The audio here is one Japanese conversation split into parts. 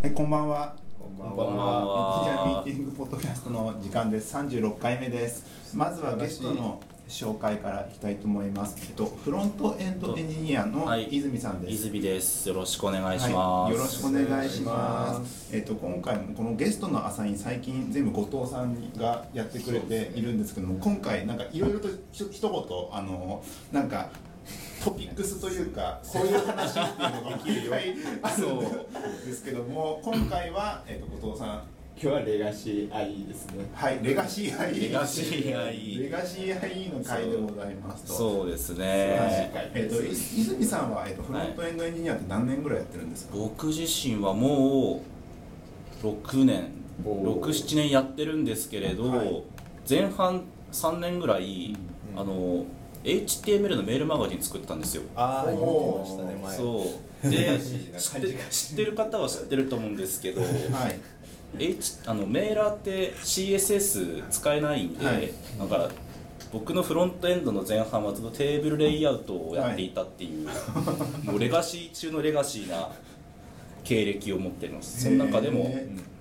こんばんは。 こんばんメディアミは。 ーティングポッドキャストの時間です。36回目です。まずはゲストの紹介からいきたいと思います。フロントエンドエンジニアの泉さんです。 泉です。よろしくお願いします。 よろしくお願いします。今回もこのゲストのアサイン、最近全部後藤さんがやってくれているんですけども、今回なんかいろいろと一言なんかトピックスというか、こういう話っていうのができるようですけども、今回は、後藤さん、 今日はレガシー IE ですね。 はい、レガシー IE レガシー IE レガシー IE の回でございますと。 そうですね。 泉さんは、フロントエンドエンジニアって何年ぐらいやってるんですか？ 僕自身はもう6年、6、7年やってるんですけれど、 はい、 前半3年ぐらい、HTML のメールマガジン作ってたんですよ。 ああ、言ってましたね、前。 そうで知ってる方は知ってると思うんですけど、はい、メーラーって CSS 使えないんで、はい、だから僕のフロントエンドの前半はずっとテーブルレイアウトをやっていたっていう、はい、もうレガシー中のレガシーな経歴を持っています。その中でも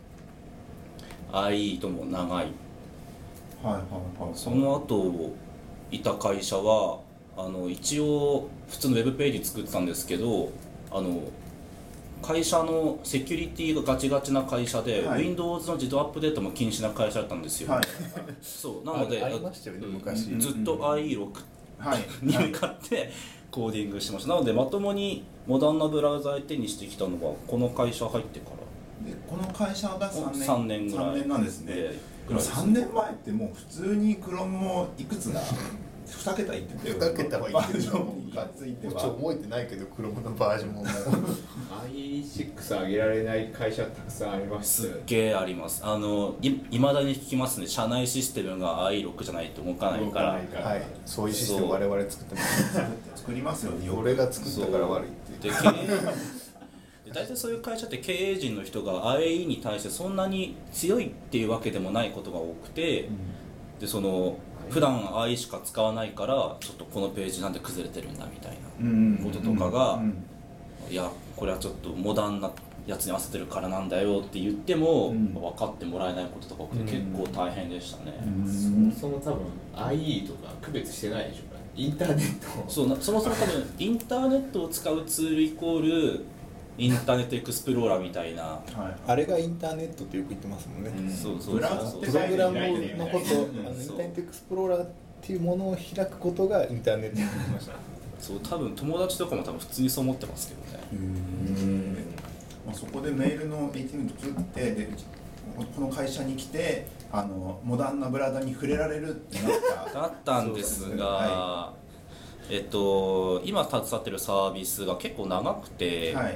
IE とも長い、はいはいはい、その後いた会社は一応普通のウェブページ作ってたんですけど、会社のセキュリティがガチガチな会社で、はい、Windows の自動アップデートも禁止な会社だったんですよ、はい、そうなのでありましたよね、昔ずっと IE6 に向かってコーディングしてました。なのでまともにモダンなブラウザ相手にしてきたのはこの会社入ってからで、この会社が 3年ぐらい 3年なんですね。3年前ってもう普通に Chrome もいくつだ2桁いってたよ。 2桁はいってるのがついては覚えてないけど、Chrome のバージョンもIE6 上げられない会社たくさんあります。 すっげえあります。いまだに聞きますね。社内システムが IE6 じゃないと動かないから。はい、 そういうシステム我々作ってます。 作りますよね。 俺が作ったから悪いっていう。 大体そういう会社って経営陣の人が IE に対してそんなに強いっていうわけでもないことが多くて、で普段 IE しか使わないからちょっとこのページなんで崩れてるんだみたいなこととかが、いやこれはちょっとモダンなやつに合わせてるからなんだよって言っても、分かってもらえないこととか多くて結構大変でしたね。 そもそも多分 IE とか区別してないでしょうか。インターネットそもそも多分インターネットを使うツールイコールインターネットエクスプローラーみたいな、はい、 あれがインターネットってよく言ってますもんね。 プログラムのこと、インターネットエクスプローラーっていうものを開くことがインターネットって言ってました。 そう多分友達とかも多分普通にそう思ってますけどね。 そこでメールの HTML 作ってでこの会社に来てモダンなブラウザに触れられるってなったんですが、今携わってるサービスが結構長くて、はい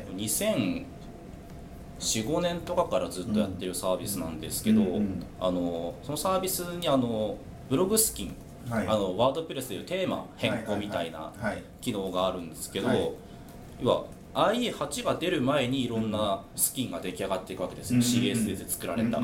、2004、5年とかからずっとやってるサービスなんですけど、そのサービスにブログスキン、はい、ワードプレスでいうテーマ変更みたいな機能があるんですけど、要は IE8 が出る前にいろんなスキンが出来上がっていくわけですよ、CSS で作られた。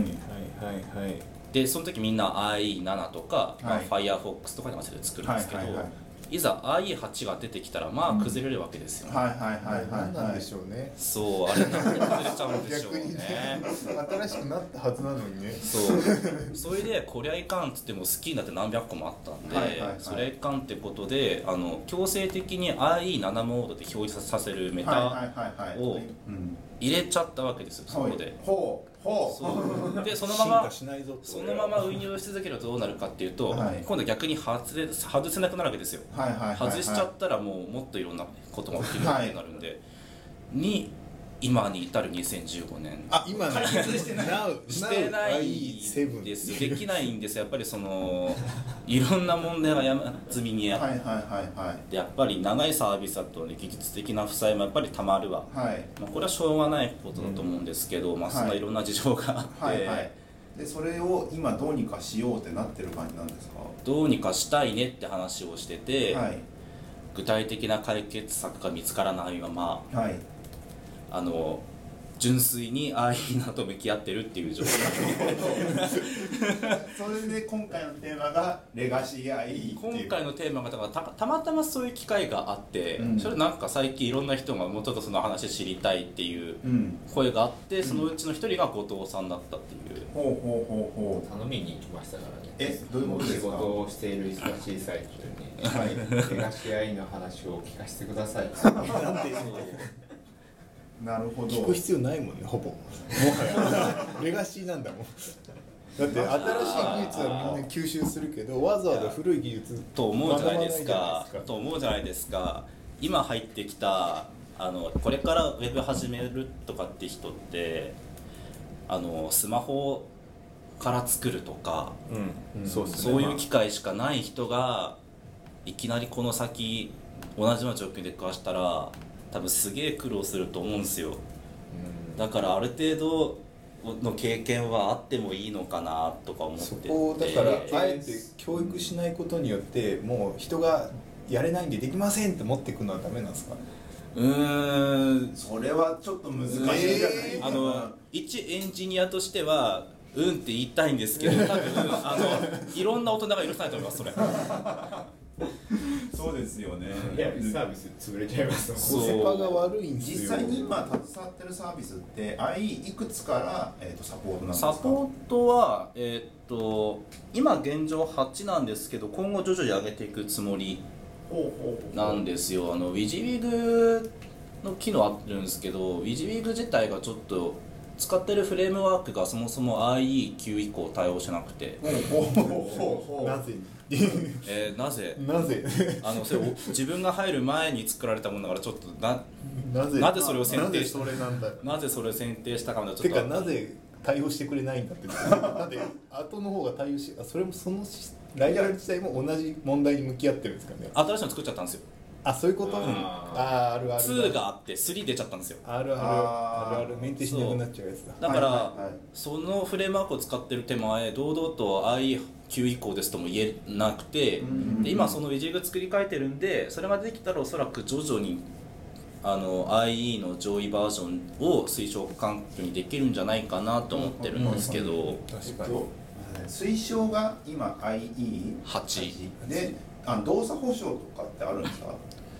でその時みんな IE7 とか、Firefox とかに合わせて作るんですけど、いざ IE8 が出てきたらまあ崩れるわけですよね。 何なんでしょうね。 そう、あれなんで崩れちゃうんでしょうね。 新しくなったはずなのにね。 それでこりゃいかんっつってもスキーになって何百個もあったんで、それいかんってことで強制的に IE7 モードで表示させるメタを入れちゃったわけですよ、そこで。でそのまま運用し続けるとどうなるかっていうと、今度逆に外せなくなるわけですよ。外しちゃったらもっといろんなことが起きるようになるんで、今に至る2015年今解決してないですよ。できないんですよ。やっぱりいろんな問題が山積みにあってやっぱり長いサービスだと、技術的な負債もやっぱりたまるわ、これはしょうがないことだと思うんですけど、そんないろんな事情があってでそれを今どうにかしようってなってる感じなんですか？ どうにかしたいねって話をしてて、具体的な解決策が見つからないまま、純粋にIEと向き合ってるっていう状況それで今回のテーマがレガシー IE っていう。 今回のテーマがだからたまたまそういう機会があって、それなんか最近いろんな人がもうちょっとその話知りたいっていう声があって、そのうちの一人が後藤さんだったっていう。 頼みに行きましたからね。 どういうことですか？ 仕事をしている忙しい最中にレガシー IE の話を聞かせてください。 なんてなるほど。 聞く必要ないもんね、ほぼ。もはやレガシーなんだもん。だって新しい技術はみんな吸収するけど、わざわざ古い技術と思うじゃないですか。今入ってきたこれからウェブ始めるとかって人ってスマホから作るとか、そういう機会しかない人がいきなりこの先同じような状況で暮らしたら多分すげえ苦労すると思うんですよ。だからある程度の経験はあってもいいのかなとか思ってて、 そこだからあえて教育しないことによってもう人がやれないんでできませんって持っていくのはダメなんですか？ それはちょっと難しいじゃないかな。 一エンジニアとしてはって言いたいんですけど、多分いろんな大人が許さないと思いますそれ。 そうですよね。 いやサービス潰れちゃいます。 そうセパが悪いんですよ。 実際に今携わってるサービスって IE いくつから、サポートなんですか？ サポートは今現状8なんですけど、今後徐々に上げていくつもりなんですよ。WYSIWYG の機能あるんですけど、WYSIWYG 自体がちょっと使ってるフレームワークがそもそも IE9 以降対応しなくて。 なぜなぜそれ自分が入る前に作られたものだからちょっとなぜそれを選定したなぜそれを選定したかもちょっと。 てかなぜ対応してくれないんだって。なんで後の方が対応し、それもそのライブラリ自体も同じ問題に向き合ってるんですかね。 新しいの作っちゃったんですよ。 そういうこと。あるある。 2があって3出ちゃったんですよ。 あるメンテしなくなっちゃうやつだ。 だから、そのフレームワークを使ってる手前堂々と IE9 以降ですとも言えなくて、で今その WYSIWYG 作り変えてるんで、それができたらおそらく徐々にIE の上位バージョンを推奨環境にできるんじゃないかなと思ってるんですけど、 確かに推奨が今 IE8 で動作保証とかってあるんですか？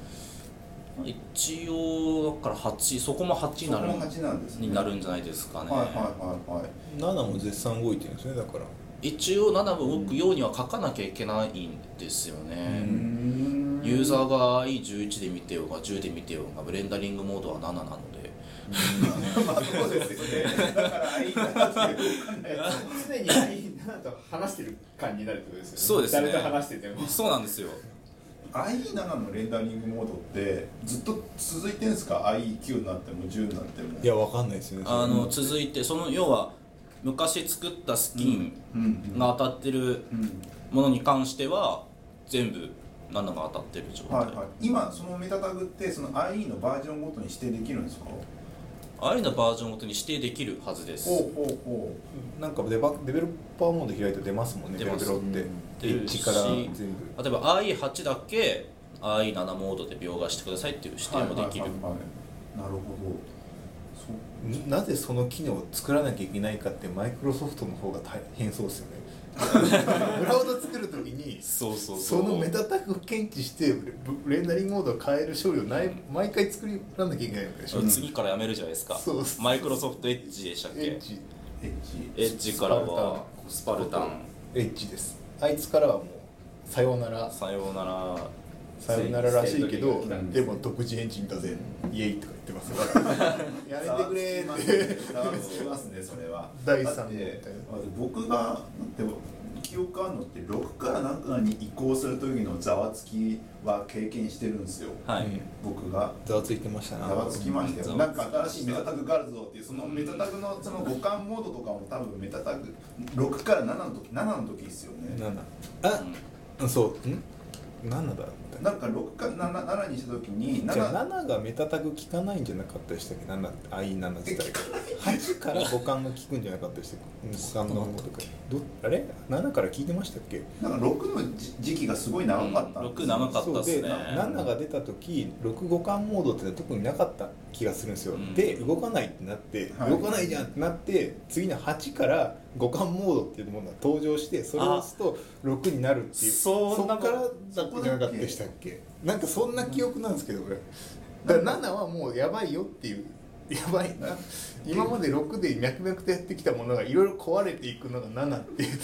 一応だから8、そこも8になるんじゃないですかね。 7も絶賛動いてるんですね。だから一応7も動くようには書かなきゃいけないんですよね。ユーザーが IE11 で見てようが10で見てようがレンダリングモードは7なので。 そうですよね。だから IE7 って常に IE7 と話してる感になるってことですよね。 そうですね。 誰と話してても。 そうなんですよ。 IE7 のレンダリングモードってずっと続いてるんですか？ IE9 になっても10になっても。 いやわかんないですよね。 続いて要は昔作ったスキンが当たってるものに関しては全部7が当たってる状態。 今そのメタタグってその IE のバージョンごとに指定できるんですか ？IE のバージョンごとに指定できるはずです。 なんかデベロッパーモード開いて出ますもんね。デベロってエッジから全部。 例えば IE8 だけ IE7 モードで描画してくださいっていう指定もできる。 なるほど。なぜその機能を作らなきゃいけないかってマイクロソフトの方が大変そうですよね。ブラウザ作るときにそのメタタグを検知してレンダリングモードを変える処理を毎回作らなきゃいけないわけでしょ。 次からやめるじゃないですか。マイクロソフトエッジでしたっけ？エッジからはスパルタン。 エッジです。あいつからはもうさようなららしいけど、でも独自エンジンだぜイエイとか言ってますからやめてくれーってしますね。それは第3問僕が記憶あるのって6から7に移行する時のざわつきは経験してるんですよ。僕がざわついてましたね。 ざわつきましたよ。なんか新しいメタタグがあるぞっていうそのメタタグのその互換モードとかも多分メタタグ6から7の時ですよね。7だなんか6か 7にした時に 7がメタタグ効かないんじゃなかったでしたっけ？IE7 自体が8から互換が効くんじゃなかったでしたっけ？互換の方とかあれ7から効いてましたっけ？ なんか6の時期がすごい長かったんです。 6長かったですね。 7が出た時6互換モードって特になかった気がするんですよ、で動かないってなって、動かないじゃんってなって次の8から互換モードっていうものが登場して、それを押すと6になるっていう、そっからだったんじゃなかったでしたっけ。なんかそんな記憶なんですけど俺だから7はもうやばいよっていう、やばいな、今まで6で脈々とやってきたものがいろいろ壊れていくのが7っていう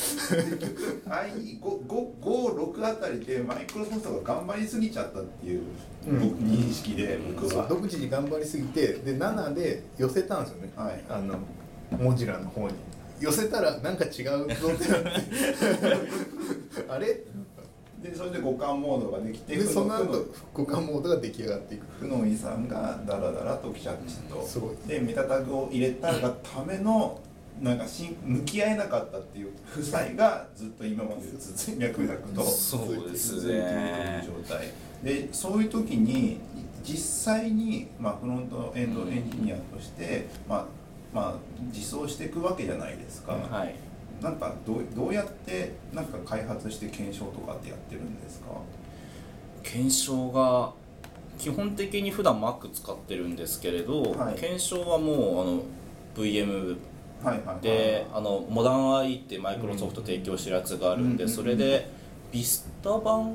5、6あたりでマイクロソフトが頑張りすぎちゃったっていう、認識で僕は独自に頑張りすぎて、で7で寄せたんですよね、モジュラの方に寄せたらなんか違うぞってなってあれでそれで互換モードができて、 でその後互換モードが出来上がっていく。 久能井さんがダラダラとキャッチと、でメタタグを入れたがためのなんか向き合えなかったっていう負債がずっと今まで脈々と続いているという状態で、そういう時に実際に、フロントエンドエンジニアとして、実装していくわけじゃないですか。なんかどうやってなんか開発して検証とかってやってるんですか？ 検証が基本的に普段 Mac 使ってるんですけれど、検証はもうVMでモダン IE ってマイクロソフト提供してるやつがあるんで、それでビスタ版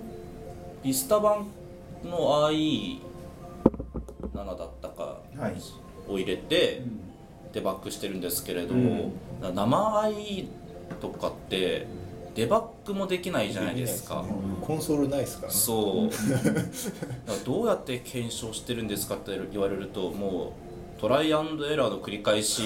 の IE7 だったかを入れてデバッグしてるんですけれど、生 IE とかってデバッグもできないじゃないですか。 コンソールないですからね。 そうどうやって検証してるんですかって言われると、もうトライアンドエラーの繰り返し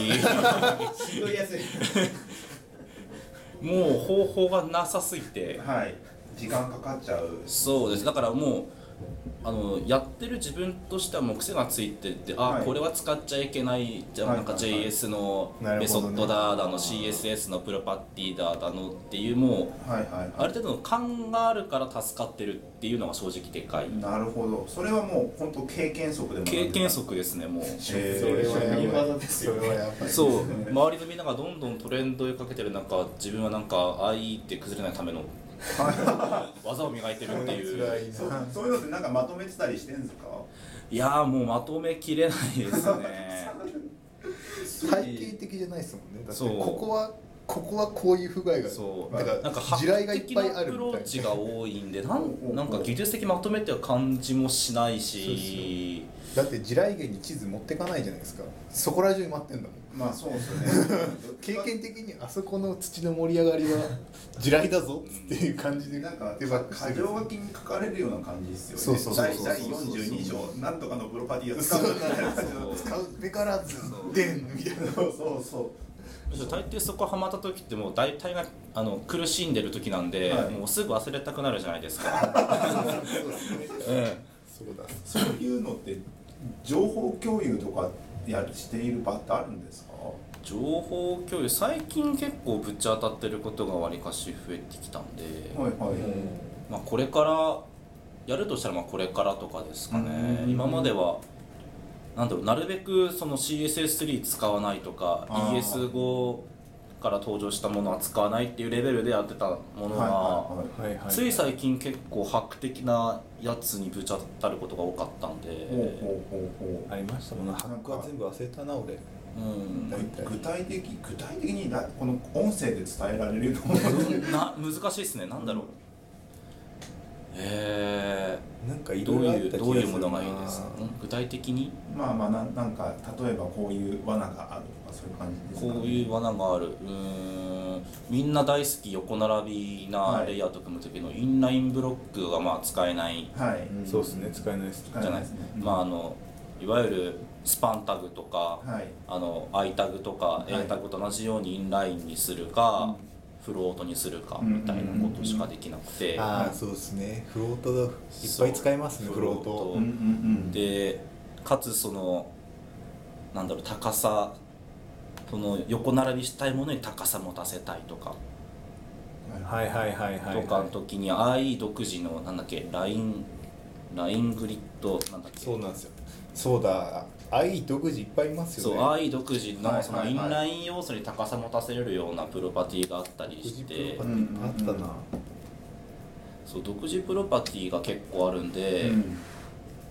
もう方法がなさすぎて、 時間かかっちゃう。 そうです。だからもうやってる自分としてはもう癖がついてて、これは使っちゃいけないじゃなんか JS のメソッドだの CSS のプロパティだのっていう、もうある程度の勘があるから助かってるっていうのが正直でかい。 なるほど。それはもう本当経験則でも経験則ですね。もうそれはやばいですよ。 そう周りのみんながどんどんトレンドを追いかけてる中、自分はなんかIEって崩れないための技を磨いてるっていうそういうのってなんかまとめてたりしてんですか？ いやーもうまとめきれないですね体系的じゃないですもんね。だってここはこういう不具合が、なんか地雷がいっぱいあるみたいな。アプローチが多いんで、なんか技術的まとめって感じもしないし、だって地雷原に地図持ってかないじゃないですか。そこら中に待ってんだもん。 そうですよね経験的にあそこの土の盛り上がりは地雷だぞっていう感じで、 なんか箇条書きに書かれるような感じですよね。第42条なんとかのプロパティを使うみたいな、 使うべからずでんみたいな。 大抵そこハマった時ってもう大体が苦しんでる時なんで、もうすぐ忘れたくなるじゃないですかそういうのって情報共有とかしている場ってあるんですか？ 情報共有最近結構ぶち当たってることがわりかし増えてきたんで、これからやるとしたらこれからとかですかね。今まではなるべくその CSS3 使わないとか ES5 から登場したものは使わないっていうレベルでやってたものが、つい最近結構ハック的なやつにぶち当たることが多かったんで。 ありましたもんね。ハックは全部忘れたな俺。 具体的にこの音声で伝えられるような難しいですね。なんだろう。 なんかどういうものがいいですか？具体的に？ なんか例えばこういう罠があるとかそういう感じですかね。 こういう罠がある。みんな大好き横並びなレイアウト組む時のインラインブロックが使えない。 そうですね、使えないですじゃないですね。いわゆるスパンタグとか、I タグとか A タグと同じようにインラインにするか、フロートにするかみたいなことしかできなくて、 そうですね。フロートだいっぱい使えますね。フロートで、かつその高さ、その横並びしたいものに高さ持たせたいとかとかの時に IE 独自のライングリッドそうなんですよ。そうだ、IE 独自いっぱいいますよね。 そう、IE 独自のそのインライン要素に高さ持たせれるようなプロパティがあったりして、 あったな。 そう、独自プロパティが結構あるんで、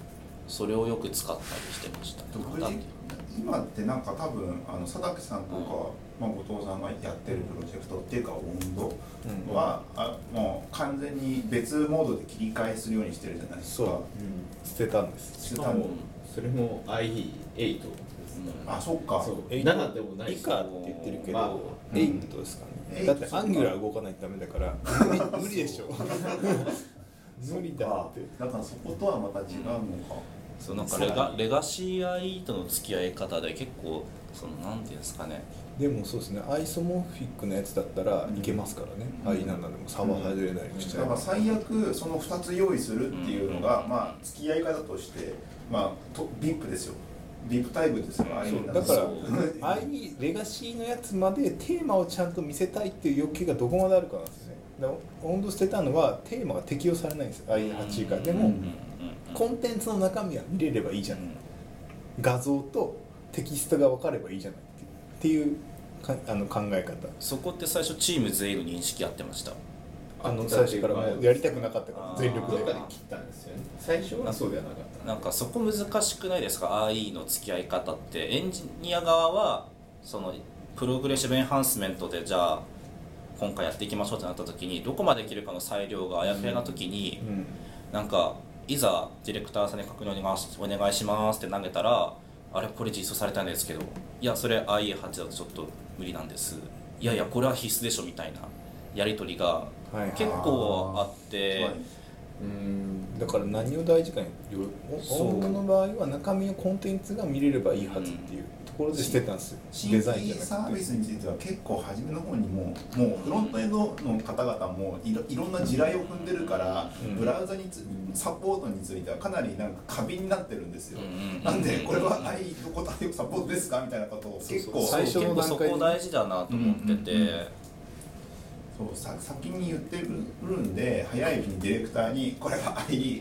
それをよく使ったりしてました。 今ってなんか多分佐竹さんとか、まあ、後藤さんがやってるプロジェクトっていうか温度は、もう完全に別モードで切り替えするようにしてるじゃないですか。 そう、捨てたんです。 しかもそれも IE8。 あ、そっか。 7でもない以下って言ってるけど、8ですかね。だってアンギュラー動かないとダメだから無理でしょ。無理だって。 だからそことはまた違うのか。 そうなんかレガシー IE との付き合い方で結構なんていうんですかね。 でもそうですね、アイソモフィックなやつだったらいけますからね、i7 でも差は外れないようにしちゃう、 だから最悪その2つ用意するっていうのが、まあ付き合い方として、まあVIP ですよ。VIP タイプですよ。 だからレガシーのやつまでテーマをちゃんと見せたいっていう欲求がどこまであるかなんですね。温度捨てたのはテーマが適用されないんですよ、IE8 以下でも。コンテンツの中身は見れればいいじゃない、画像とテキストが分かればいいじゃないっていう考え方。 そこって最初チーム全員の認識合ってました？ 最初からもうやりたくなかったから全力で切ったんですよね。最初はそうではなかった。 なんかそこ難しくないですか？ IE の付き合い方ってエンジニア側はプログレッシブエンハンスメントでじゃあ今回やっていきましょうってなった時にどこまでいけるかの裁量があやふやな時に、なんかいざディレクターさんに確認お願いしますって投げたら、あれこれ実装されたんですけど、いやそれ IE8 だとちょっと無理なんです、いやいやこれは必須でしょみたいなやり取りが結構あって、 だから何を大事かに温度の場合は中身のコンテンツが見れればいいはずっていうところでしてたんですよ。 デザインじゃなくてサービスについては結構初めの方にもうフロントエンドの方々もいろんな地雷を踏んでるから、ブラウザにサポートについてはかなりなんか過敏になってるんですよ。なんでこれはどこ対応サポートですかみたいなことを結構最初の段階でそこ大事だなと思ってて。 先に言ってるんで早いうちにディレクターにこれは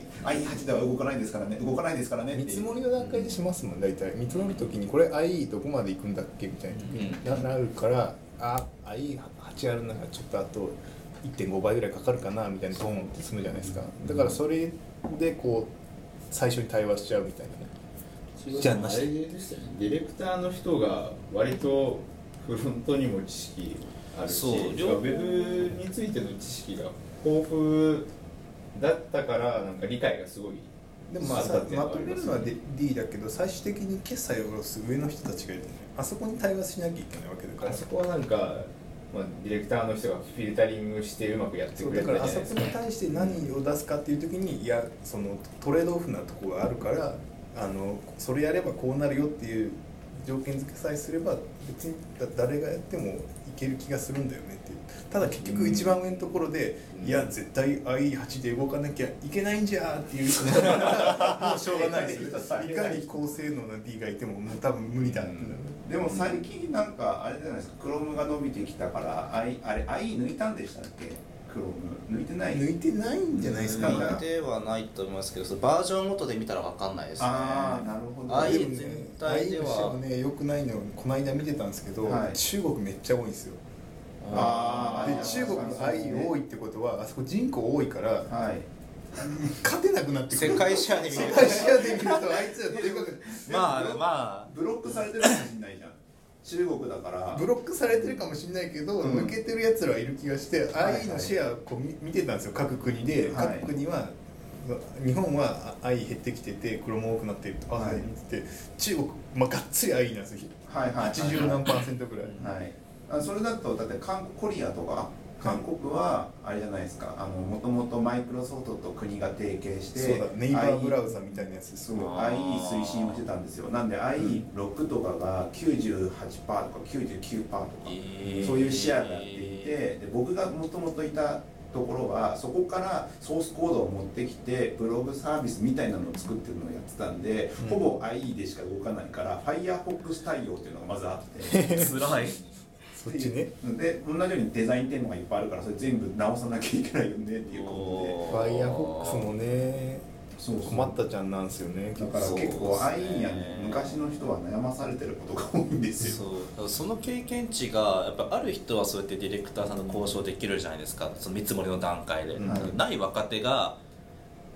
IE8 では動かないですからねって見積もりの段階でしますもん。大体見積もるときにこれ IE どこまで行くんだっけみたいになるから、IE8 あるならちょっとあと 1.5 倍ぐらいかかるかなみたいなトーンって済むじゃないですか。だからそれでこう最初に対話しちゃうみたいなね。 じゃああれですよね、ディレクターの人が割とフロントにも知識あるし、ウェブについての知識が豊富だったからなんか理解がすごい。 でもまとめるのは D だけど最終的に決済を下ろす上の人たちがいる、あそこに対話しなきゃいけないわけだから、 あそこはなんか、ディレクターの人がフィルタリングしてうまくやってくれるんじゃないですか。 だからあそこに対して何を出すかっていう時に、いやそのトレードオフなところがあるからそれやればこうなるよっていう条件付けさえすれば別に誰がやってもいける気がするんだよねっていう。ただ結局一番上のところで、いや絶対 IE8 で動かなきゃいけないんじゃっていう人もうしょうがないです。いかに高性能な D がいてももう多分無理だって、 でも最近なんかあれじゃないですか、Chrome が伸びてきたからあれ IE 抜いたんでしたっけ。Chrome 抜いてないんじゃないですか。 抜いてはないと思いますけど、バージョンごとで見たら分かんないですね。 ああなるほど。 IE 全体ではね良くないのをこの間見てたんですけど、中国めっちゃ多いんですよ。で中国の IE 多いってことはあそこ人口多いから、勝てなくなってくる。 世界シェアで見るとあいつらでかくまあブロックされてるかもしれないじゃん。中国だからブロックされてるかもしれないけど、抜けてるやつらはいる気がして、IE のシェアこう見てたんですよ、各国で。各国は日本は IE 減ってきてて黒も多くなってるとか見てて、中国がっつり IE なんですよ、80何%ぐらい。 それだとだってコリアとか韓国はあれじゃないですか、もともとマイクロソフトと国が提携して、 ネイバーブラウザみたいなやつです。 IE 推進をしてたんですよ。なんで IE6 とかが 98% とか 99% とか、そういうシェアがやっていて、で僕がもともといたところはそこからソースコードを持ってきてブログサービスみたいなのを作ってるのをやってたんで、ほぼ IE でしか動かないから Firefox 対応っていうのがまずあって辛い。 そっちね。 で同じようにデザインテーマがいっぱいあるからそれ全部直さなきゃいけないよねっていうことで、 Firefox もね困ったちゃんなんですよね。 だから結構 IE や昔の人は悩まされてることが多いんですよ。 その経験値がやっぱある人はそうやってディレクターさんと交渉できるじゃないですか、その見積もりの段階で、ない若手が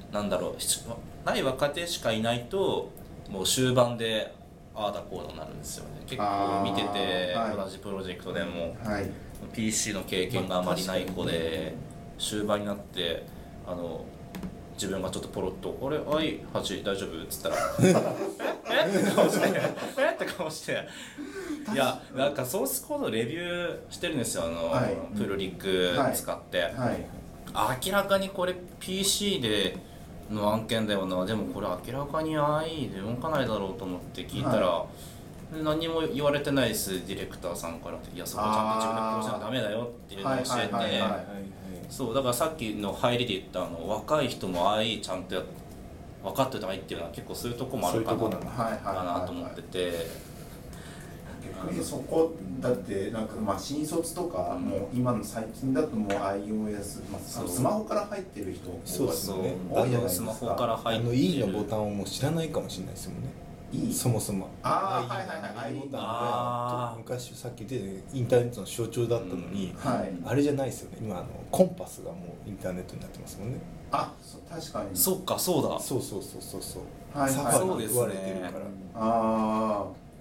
なんだろう、ない若手しかいないともう終盤でああだこうだになるんですよね。結構見てて、同じプロジェクトでも、PC の経験があまりない子で、終盤になって自分がちょっとポロッと「俺i8 大丈夫?」っつったら「えって顔して「えって顔していやなんかソースコードレビューしてるんですよプルリク使って、明らかにこれ PC での案件だよな、でもこれ明らかに IE で動かないだろうと思って聞いたら、何も言われてないです。ディレクターさんから「いやそこちゃんと自分でこうしなきゃダメだよ」っていうのを教えて、そうだからさっきの入りで言った若い人も IE ちゃんと分かってたいっていうのは結構そういうとこもあるかなと思ってて、 逆にそこだってなんか新卒とかもう今の最近だともう iOS、スマホから入ってる人そうですね、 スマホから入ってる E のボタンをもう知らないかもしれないですもんね。そもそもIボタンが昔さっき言ってインターネットの象徴だったのに、あれじゃないですよね。今コンパスがもうインターネットになってますもんね。 確かにそうか、そうだ、 そうサファリ言われてるから、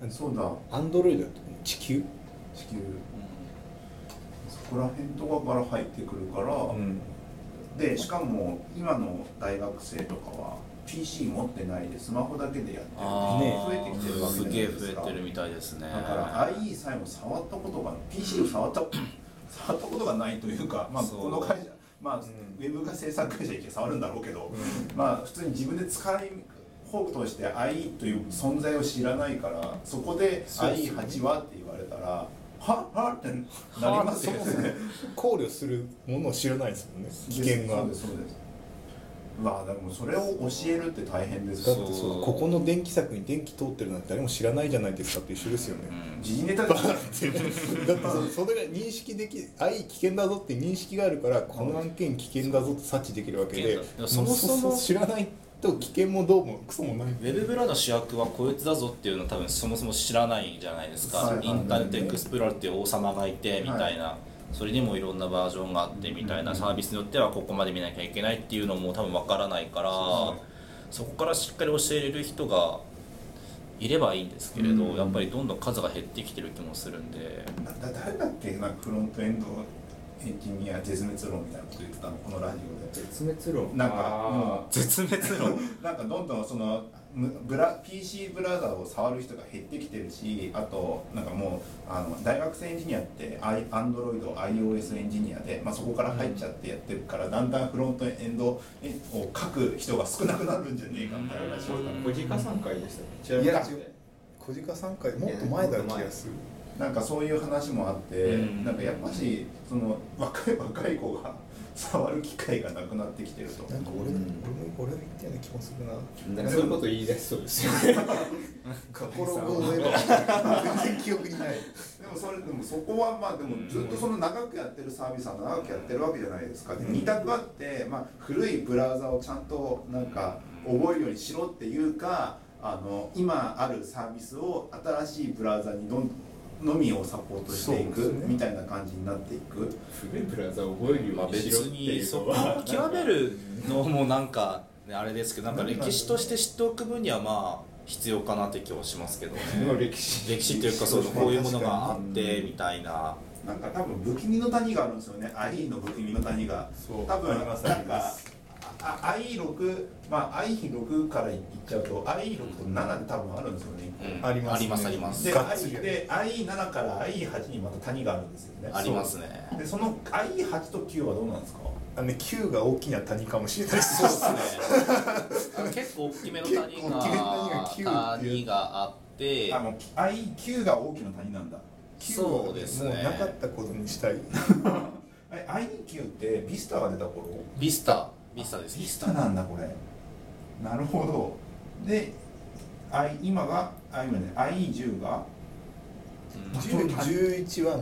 そうだ、 アンドロイドだと地球、 そこら辺とかから入ってくるから、でしかも今の大学生とかはPC 持ってないでスマホだけでやってる人増えてきてるわけじゃないですか。 すげえ増えてるみたいですね。 だから IE さえも触ったことが PC を触ったことがないというか、この会社ウェブが制作会社行って触るんだろうけど、普通に自分で使い方として IE という存在を知らないから、そこで IE8 はって言われたらはってなりますよね。 考慮するものを知らないですもんね、危険が。 そうですでもそれを教えるって大変です。 だってここの電気柵に電気通ってるなんて誰も知らないじゃないですかって一緒ですよね。 時事ネタだってだってそれが認識でき危険だぞって認識があるから、この案件危険だぞと察知できるわけで、そもそも知らないと危険もどうもクソもない。 ウェブブラの主役はこいつだぞっていうのは多分そもそも知らないじゃないですか。インターネットエクスプローラーっていう王様がいてみたいな、それにもいろんなバージョンがあってみたいな、サービスによってはここまで見なきゃいけないっていうのも多分わからないから、そこからしっかり教えれる人がいればいいんですけれど、やっぱりどんどん数が減ってきてる気もするんで。 誰だっけ、フロントエンドエンジニア絶滅論みたいなこと言ってたの、このラジオで。 絶滅論、 なんかもう絶滅論なんかどんどんそのPC ブラウザを触る人が減ってきてるし、あとなんかもう大学生エンジニアって Android、iOS エンジニアで、そこから入っちゃってやってるから、だんだんフロントエンドを書く人が少なくなるんじゃねえかみたいな話を。 小鹿3回でしたね。いや、小鹿3回もっと前だ気がする。 なんかそういう話もあって、なんかやっぱしその若い子が触る機会がなくなってきてると。 なんか俺が言ったような気もするな。 なんかそういうこと言い出しそうですよね。 心が全然記憶にない。 でもそこはでもずっとその長くやってるサービスは長くやってるわけじゃないですか。で2択あって、古いブラウザをちゃんとなんか覚えるようにしろっていうか、今あるサービスを新しいブラウザにどんどんのみをサポートしていくみたいな感じになっていく。 古いブラウザを覚えるようにしろっていうのは別にそこを極めるのもなんか、あれですけど、なんか歴史として知っておく分には必要かなって気はしますけどね。歴史っていうか、こういうものがあってみたいな。 なんか多分不気味の谷があるんですよね。IE の不気味の谷が。多分なんかIE6、IE6 からいっちゃうと IE6 と7で多分あるんですよね。 あります。 で IE7 から IE8 にまた谷があるんですよね。 ありますね。 でその IE8 と9はどうなんですか。 9が大きな谷かもしれないです。 そうですね。結構大きめの谷があって、 IE9 が大きな谷なんだ。 そうですね。 もうなかったことにしたい。 IE9 ってビスタが出た頃。 ビスタです。 ビスタなんだこれ。なるほど。で、今がIE10 が。 11は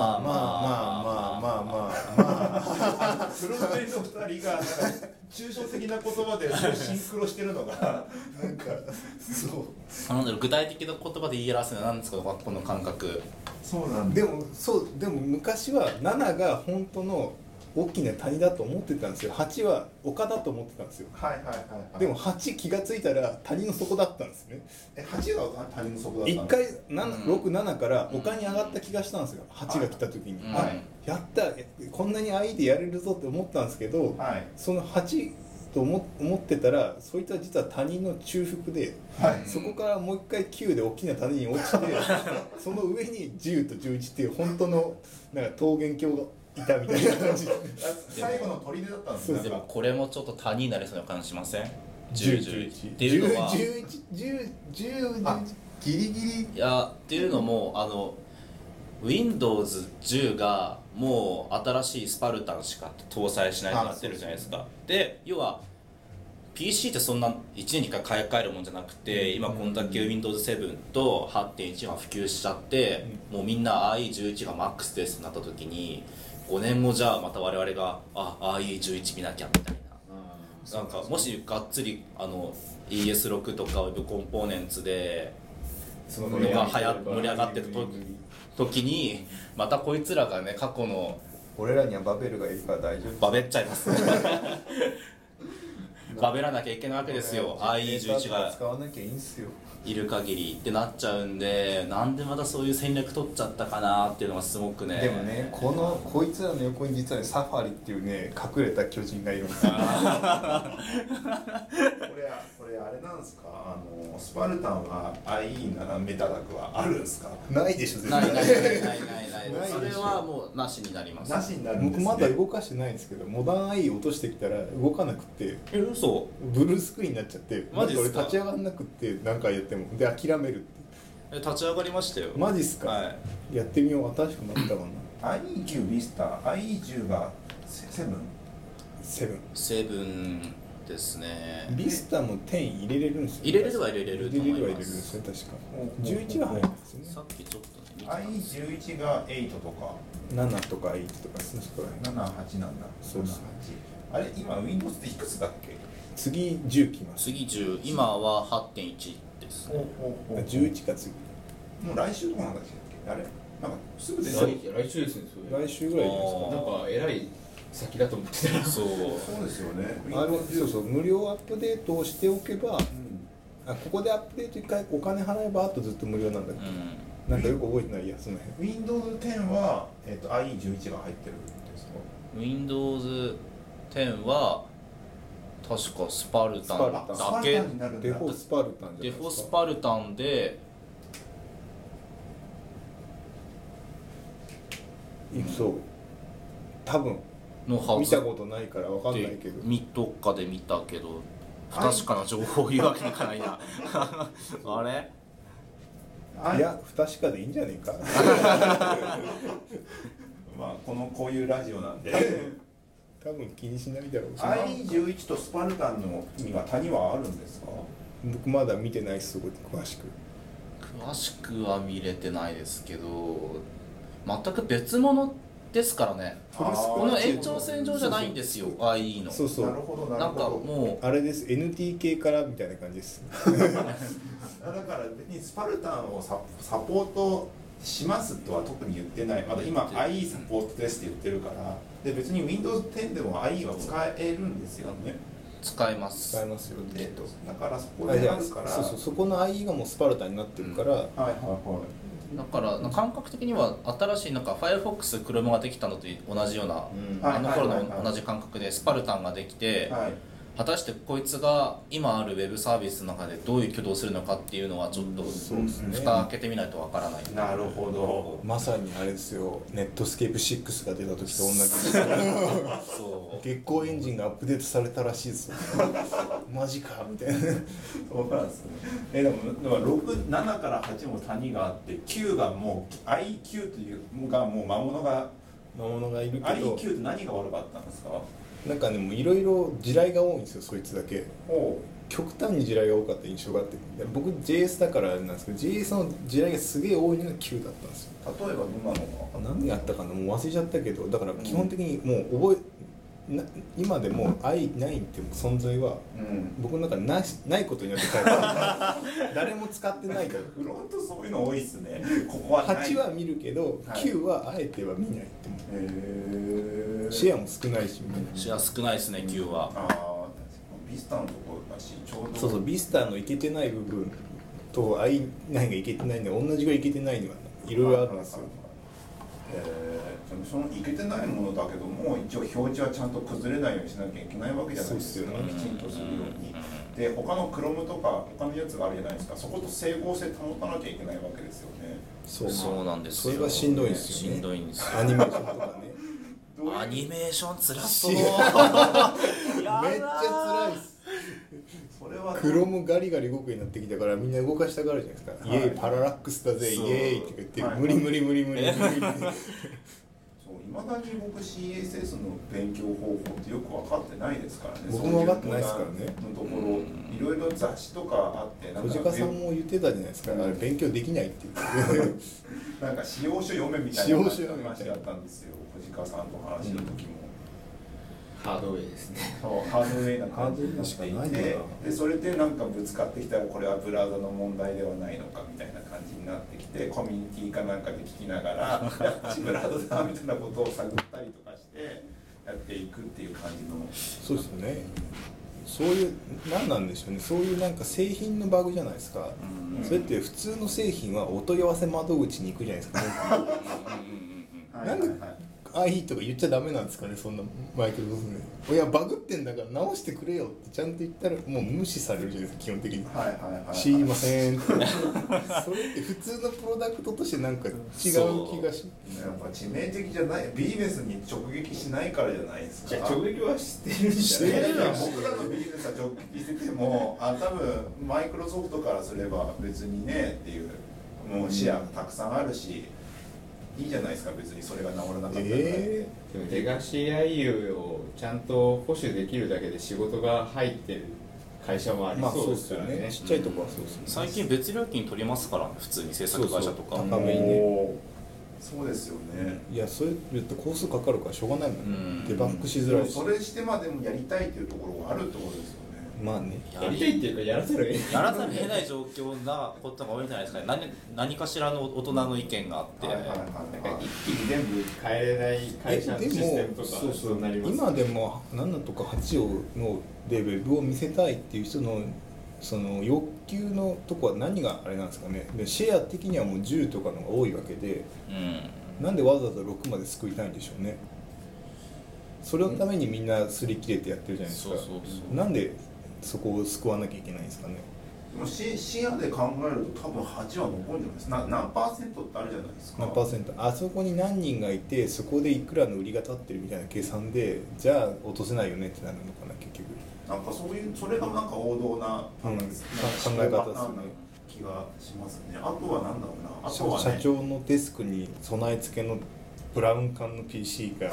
フロントエンド2人が抽象的な言葉でシンクロしてるのがなんかそう具体的な言葉で言い表すのは何ですか、この感覚。 そうなんだ。でも昔は7が本当の大きな谷だと思ってたんですよ。8は丘だと思ってたんですよ。でも8気がついたら谷の底だったんですね。 8が谷の底だった 1回6、7から丘に上がった気がしたんですよ、8が来た時に。やった、こんなに IE でやれるぞって思ったんですけど、その8と思ってたら、そいつは実は谷の中腹で、そこからもう一回9で大きな谷に落ちてその上に10と11っていう本当のなんか桃源郷がいたみたいな感じ最後の砦だったんですね。 でもこれもちょっと谷になりそうな感じしません ？10、 11っていうのは 10ギリギリ。 いやっていうのもWindows 10がもう新しいスパルタンしか搭載しないとなってるじゃないですか。で要は PC ってそんな1年に1回買い替えるもんじゃなくて、今こんだけ Windows 7と 8.1 が普及しちゃって、もうみんな IE11 が MAX ですってなった時に、5年後じゃあまた我々がIE11 見なきゃみたいな、なんかもしがっつりES6 とか Web コンポーネンツでそのが盛り上がってる時に、またこいつらがね、過去の俺らにはバベルがいるから大丈夫。 バベっちゃいますバベらなきゃいけないわけですよ。 IE11 が使わなきゃいいんすよいる限りってなっちゃうんで、なんでまたそういう戦略取っちゃったかなっていうのがすごくね。 でもね、こいつらの横に実はね、サファリっていうね、隠れた巨人がいるんですよこれあれなんですか、スパルタンは IE7 メタダクはあるんですか？ ないでしょ、絶ない対それはもうなしになります。 なしになるんですね。 僕まだ動かしてないんですけど、モダン IE 落としてきたら動かなくて、 嘘？ ブルースクリーンになっちゃって、 マジっすか？ 俺立ち上がんなくって何回やってもで諦めるって。 立ち上がりましたよ。 マジっすか？ はい、 やってみよう。新しくなったかな。 IE9 ビスタ IE10 が 7？ 7ですね。 ビスタも10入れれるんですよ。 入れれるは入れれると思います。 入れれるんですよ、確か。11は入るんですよね。 さっきちょっとね見てます。 IE11 が8とか 7とか8とかですね、そこら辺。 78なんだ。 そうです。 あれ今 Windows っていくつだっけ？ 次10来ます。 次10、今は 8.1 ですね。 11が次。 もう来週とかなんだっけ？あれなんかすぐ出て来週ですね。それ来週ぐらいじゃないですか。 なんかえらい先だと思ってた。 そうですよね。 そうそう、無料アップデートをしておけば、ここでアップデート1回お金払えばあとずっと無料なんだっけ、なんかよく覚えてないや、その辺。 Windows 10は、IE11 が入ってるんですか？ Windows 10は確かスパルタンだけ。 デフォスパルタンじゃないですか。 デフォスパルタンでそう多分のはず。 見たことないからわかんないけど、 どっかで見たけど不確かな情報を言うわけにいかないなあれ、 いや不確かでいいんじゃねえかまあこういうラジオなんで多分気にしないだろうし、 IE11 とスパルタンの意味が谷はあるんですか？ 僕まだ見てないです、すごい詳しくは見れてないですけど、全く別物ですからね。この延長線上じゃないんですよ、IE の。 そうそう、 なるほどなんかもうあれです、 NT 系からみたいな感じですだから別にスパルタンをサポートしますとは特に言ってない。まだ今 IE サポートですって言ってるから、で別に Windows 10でも IE は使えるんですよね。 使えますよ、 だからそこであるから、 そこの IE がもうスパルタになってるから、 はいはいはい。 だから感覚的には新しいなんか Firefox、Chrome ができたのと同じような、あの頃の同じ感覚でスパルタンができて、果たしてこいつが今あるウェブサービスの中でどういう挙動をするのかっていうのはちょっと蓋開けてみないとわからない。 なるほど。 まさにあれですよ、ネットスケープ6が出た時と同じそう月光エンジンがアップデートされたらしいですよマジかみたいなそうなんですね。でも6、7から8も谷があって、9がもう IE9 というのがもう魔物がいるけど、 IE9 って何が悪かったんですか？ なんかね、もういろいろ地雷が多いんですよ、そいつだけ。極端に地雷が多かった印象があって、僕 JS だからあれなんですけど、 JS の地雷がすげえ多いのが9だったんですよ。 例えばどんなのか何やったかな、もう忘れちゃったけど、だから基本的にもう今でも i9 って存在は、僕の中でないことになって書いてある誰も使ってないからフロントそういうの多いっすね。ここは 8は見るけど、9はあえては見ないって。シェアも少ないしみたいな。 シェア少ないですね、9は。 ビスタのところだし、ちょうどそうビスタのいけてない部分と i9 がいけてないのは同じぐらいいけてないのはいろいろあるんですよ。 そのいけてないものだけども一応表示はちゃんと崩れないようにしなきゃいけないわけじゃないですか、きちんとするように。で他のChromeとか他のやつがあるじゃないですか、そこと整合性保たなきゃいけないわけですよね。 そうなんですよ。 それがしんどいですよね。 しんどいんですよ。 アニメーションとかね。 アニメーションつらそう。 めっちゃ辛いっす。 それは黒もガリガリ動くようになってきたからみんな動かしたがるじゃないですか。イエーイパララックスだぜイエーイって言って、無理無理無理無理無理。 いまだに僕 CSS の勉強方法ってよく分かってないですからね。 僕も分かってないですからね。 のところいろいろ雑誌とかあって小鹿さんも言ってたじゃないですか、あれ勉強できないっていうなんか使用書読めみたいな話があったんですよ、小鹿さんと話の時も。 ハードウェイですね。 そうハードウェイな感じになっていて、でそれでなんかぶつかってきたらこれはブラウザの問題ではないのかみたいな感じになってきて、コミュニティかなんかで聞きながらやっぱりブラウザだみたいなことを探ったりとかしてやっていくっていう感じの。 そうですよね。そういう何なんでしょうね、そういうなんか製品のバグじゃないですか。それって普通の製品はお問い合わせ窓口に行くじゃないですか。なんでいいとか言っちゃダメなんですかね、そんなマイクロソフトで。いやバグってんだから直してくれよってちゃんと言ったらもう無視されるじゃないですか、基本的に。知りませんって。それって普通のプロダクトとしてなんか違う気がし。 やっぱ致命的じゃない、ビジネスに直撃しないからじゃないですか。 直撃はしてるんじゃないですか。 僕らのビジネスは直撃してても多分マイクロソフトからすれば別にねっていう、もうシェアがたくさんあるし。いいじゃないですか、別にそれが治らなかったら。 でもレガシー IU をちゃんと保守できるだけで仕事が入ってる会社もありそうですからね。 ちっちゃいとこはそうですね。 最近別料金取りますからね、普通に制作会社とか。 高めにね。 そうですよね。 いや、それ言って工数かかるからしょうがないもん。デバッグしづらいし。 それしてまでもやりたいっていうところがあるってことですよね。 まあね、 やりたいっていうかやらざるを得ない、 やらざるを得ない状況なことが多いんじゃないですかね。何かしらの大人の意見があって、 なんか一気に全部変えれない会社のシステムとかそうなります。 今でも7とか8をのでウェブを見せたいっていう人のその欲求のとこは何があれなんですかね。でシェア的にはもう10とかのが多いわけで、なんでわざわざ6まで救いたいんでしょうね。それのためにみんな擦り切れてやってるじゃないですか。なんでそこを救わなきゃいけないんですかね。 でも視野で考えると多分8は残るんじゃないですか。何パーセントってあるじゃないですか。 何パーセント、あそこに何人がいてそこでいくらの売りが立ってるみたいな計算で、じゃあ落とせないよねってなるのかな、結局。 なんかそういう、それがなんか王道な、 考え方ですよね。 気がしますね。あとはなんだろうな、あとは、ね、 社長のデスクに備え付けのブラウン管の PC が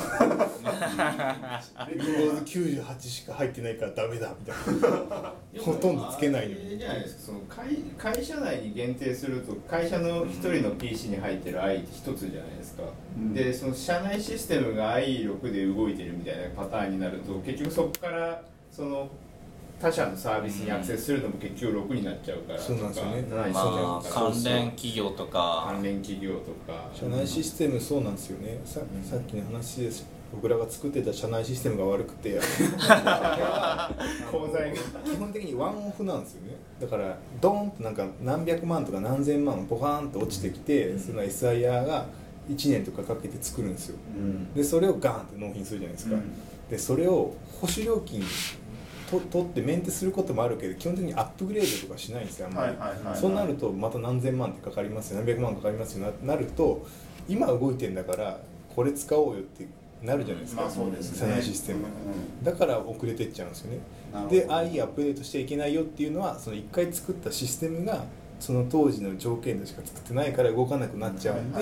Windows98 しか入ってないからダメだみたいなほとんどつけないのに。 じゃないですか、その会社内に限定すると会社の一人の PC に入ってる i って一つじゃないですか、でその社内システムが i6 で動いてるみたいなパターンになると、結局そこからその他社のサービスにアクセスするのも結局6になっちゃうから。 そうなんですよね。 関連企業とか社内システム、そうなんですよね。さっきの話です。僕らが作ってた社内システムが悪くて口座が基本的にワンオフなんですよね。だからドーンとなんか何百万とか何千万ポカーンと落ちてきて、その SIR が1年とかかけて作るんですよ、でそれをガーンって納品するじゃないですか、でそれを保守料金取ってメンテすることもあるけど、基本的にアップグレードとかしないんですよ、あんまり。そうなるとまた何千万ってかかりますよ、何百万かかりますよなると、今動いてんだからこれ使おうよってなるじゃないですか、社内システム、だから遅れてっちゃうんですよね。で IE アップデートしちゃいけないよっていうのは、その1回作ったシステムがその当時の条件でしか作ってないから動かなくなっちゃうんで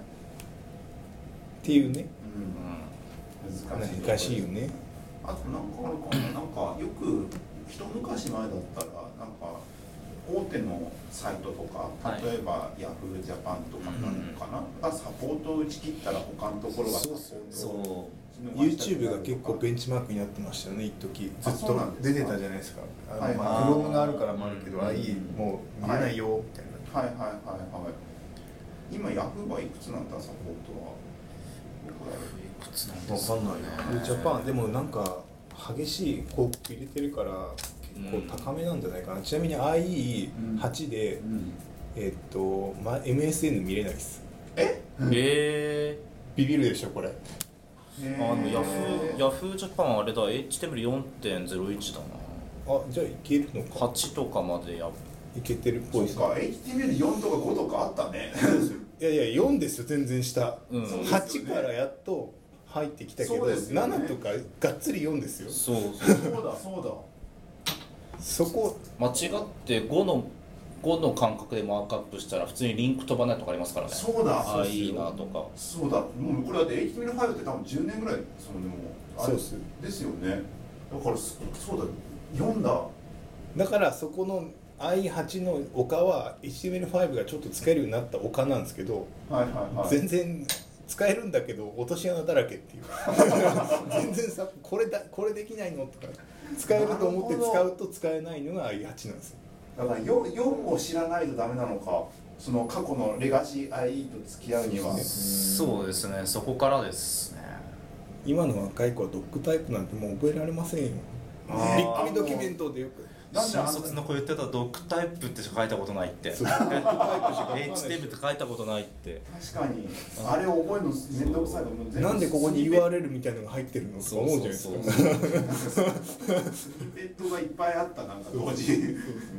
っていうね、難しいよね。 あとなんかあるかな、なんかよく一昔前だったらなんか大手のサイトとか、例えばヤフージャパンとかなのかな、がサポートを打ち切ったら他のところがサポート YouTube が結構ベンチマークになってましたよね、一時ずっと出てたじゃないですか。Chrome があるからもあるけど、IE もう見れないよみたいな。 はいはいはいはい。今 Yahoo はいくつなんだサポートは。 いくつなんですかね。 わかんないな。ジャパンでもなんか激しい広告入れてるから結構高めなんじゃないかな。ちなみに IE8 でMSN 見れないです。ビビるでしょこれ。 ヤフージャパンあれだ HTML4.01 だな。 あ、じゃあいけるのか。 8とかまでいけてるっぽい。 そうか、HTML4 とか5とかあったね。 いやいや4ですよ、全然下。8からやっと入ってきたけど、7とかがっつり4ですよ。 そうだそうだ。 そこ間違って5の感覚でマークアップしたら普通にリンク飛ばないとかありますからね。 そうだ。 ああいいなとか。 そうだ。もうこれだって HTML5 って多分10年ぐらいそうですですよね。だからそうだ4だ。 だからそこの i8 の丘は HTML5 がちょっと使えるようになった丘なんですけど、全然使えるんだけど落とし穴だらけっていう全然さこれできないのとか使えると思って使うと使えないのが i8 なんですよ。 だから 4を知らないとダメなのか、その過去のレガシー IE と付き合うには。 そうですね、そこからですね。 今の若い子はドックタイプなんてもう覚えられませんよ。びっくりドキュメントでよく新卒の子言ってたドックタイプって書いたことないって。HTML って書いたことないって。 確かにあれを覚えるの面倒くさいの。 なんでここに URL みたいなのが入ってるのとか思うじゃないですか。 スニペットがいっぱいあった、なんか同時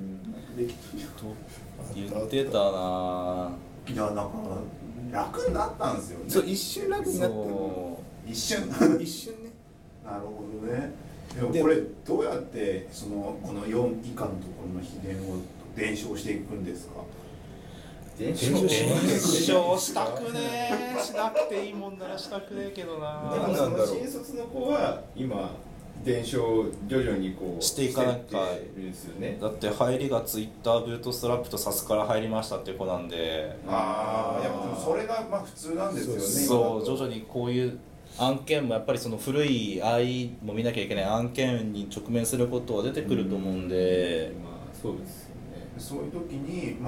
言ってたな。 いや、なんか楽になったんですよね。 そう、一瞬楽になった。 一瞬ね。なるほどね。でもこれどうやってこの4以下のところの秘伝を伝承していくんですか。 伝承したくねえ。しなくていいもんならしたくねえけどな。 でもその新卒の子は今伝承徐々にこうしていかなきゃるんですよね。 だって入りがツイッターブートストラップとサスから入りましたっていう子なんで。 ああ、やっぱそれがまあ普通なんですよね。 そう、徐々にこういう案件もやっぱりその古い IE も見なきゃいけない案件に直面することは出てくると思うんで、 まあそうですよね。 そういう時に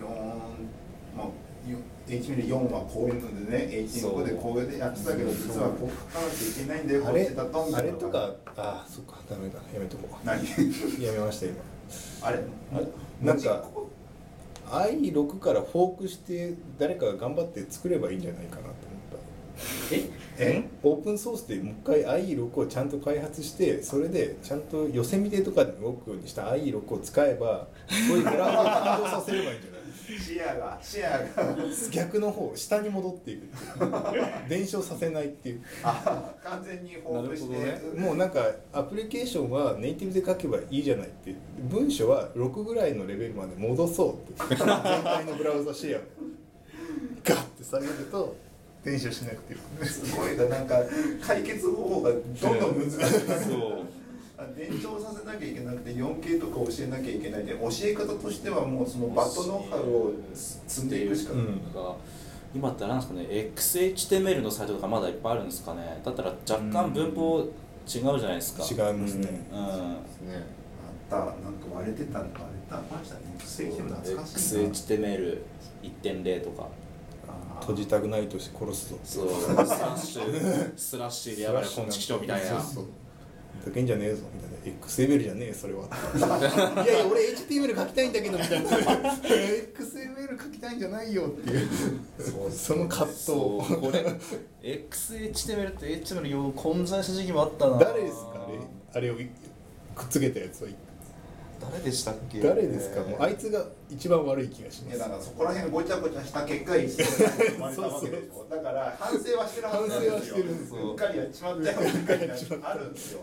HTML4 はこういうのでね、HTML5 でこういうでやってたけど実はこう書かなきゃいけないんだよ、こっちだとみたいな。 あれとか、あ、そっか、ダメだ、やめとこう。 何やめました今。 あれなんか i6 からフォークして誰かが頑張って作ればいいんじゃないかなと思った。オープンソースでもう一回 IE6 をちゃんと開発して、それでちゃんと寄せ見てとかで動くようにした IE6 を使えば、そういうグラフを感動させればいいんじゃない。 視野が逆の方、下に戻っていく伝承させないっていう。 完全にフォークして、 ね、 もうなんかアプリケーションはネイティブで書けばいいじゃないって、文章は6ぐらいのレベルまで戻そうって全体のブラウザシェアをガッて下げると伝承しなくていい。 すごいな、なんか解決方法がどんどん難しい。伝承させなきゃいけなくて 4K とか教えなきゃいけないで、教え方としてはもうそのバットノウハウを積んでいくしかない。 今って何ですかね、XHTML のサイトとかまだいっぱいあるんですかね。だったら若干文法違うじゃないですか。 違いますね。 あった、なんか割れてたのか、ありましたね。懐かしいな。 XHTML1.0 とか。 閉じたくないとして殺すぞ。 そう、スラッシュでやばいコンチキショーみたいな。 だけんじゃねえぞみたいな。XML じゃねえそれは。いやいや俺 HTML 書きたいんだけどみたいな。XML 書きたいんじゃないよっていう。その葛藤。 これ XHTML って HTML 混在した時期もあったな。 誰ですかあれをくっつけたやつは。 誰でしたっけ。 誰ですか。もうあいつが一番悪い気がします。 いや、なんかそこら辺ごちゃごちゃした結果一緒に生まれたわけでしょ。だから反省はしてるはずなんですよ。うっかりやっちまったよみたいなあるんですよ。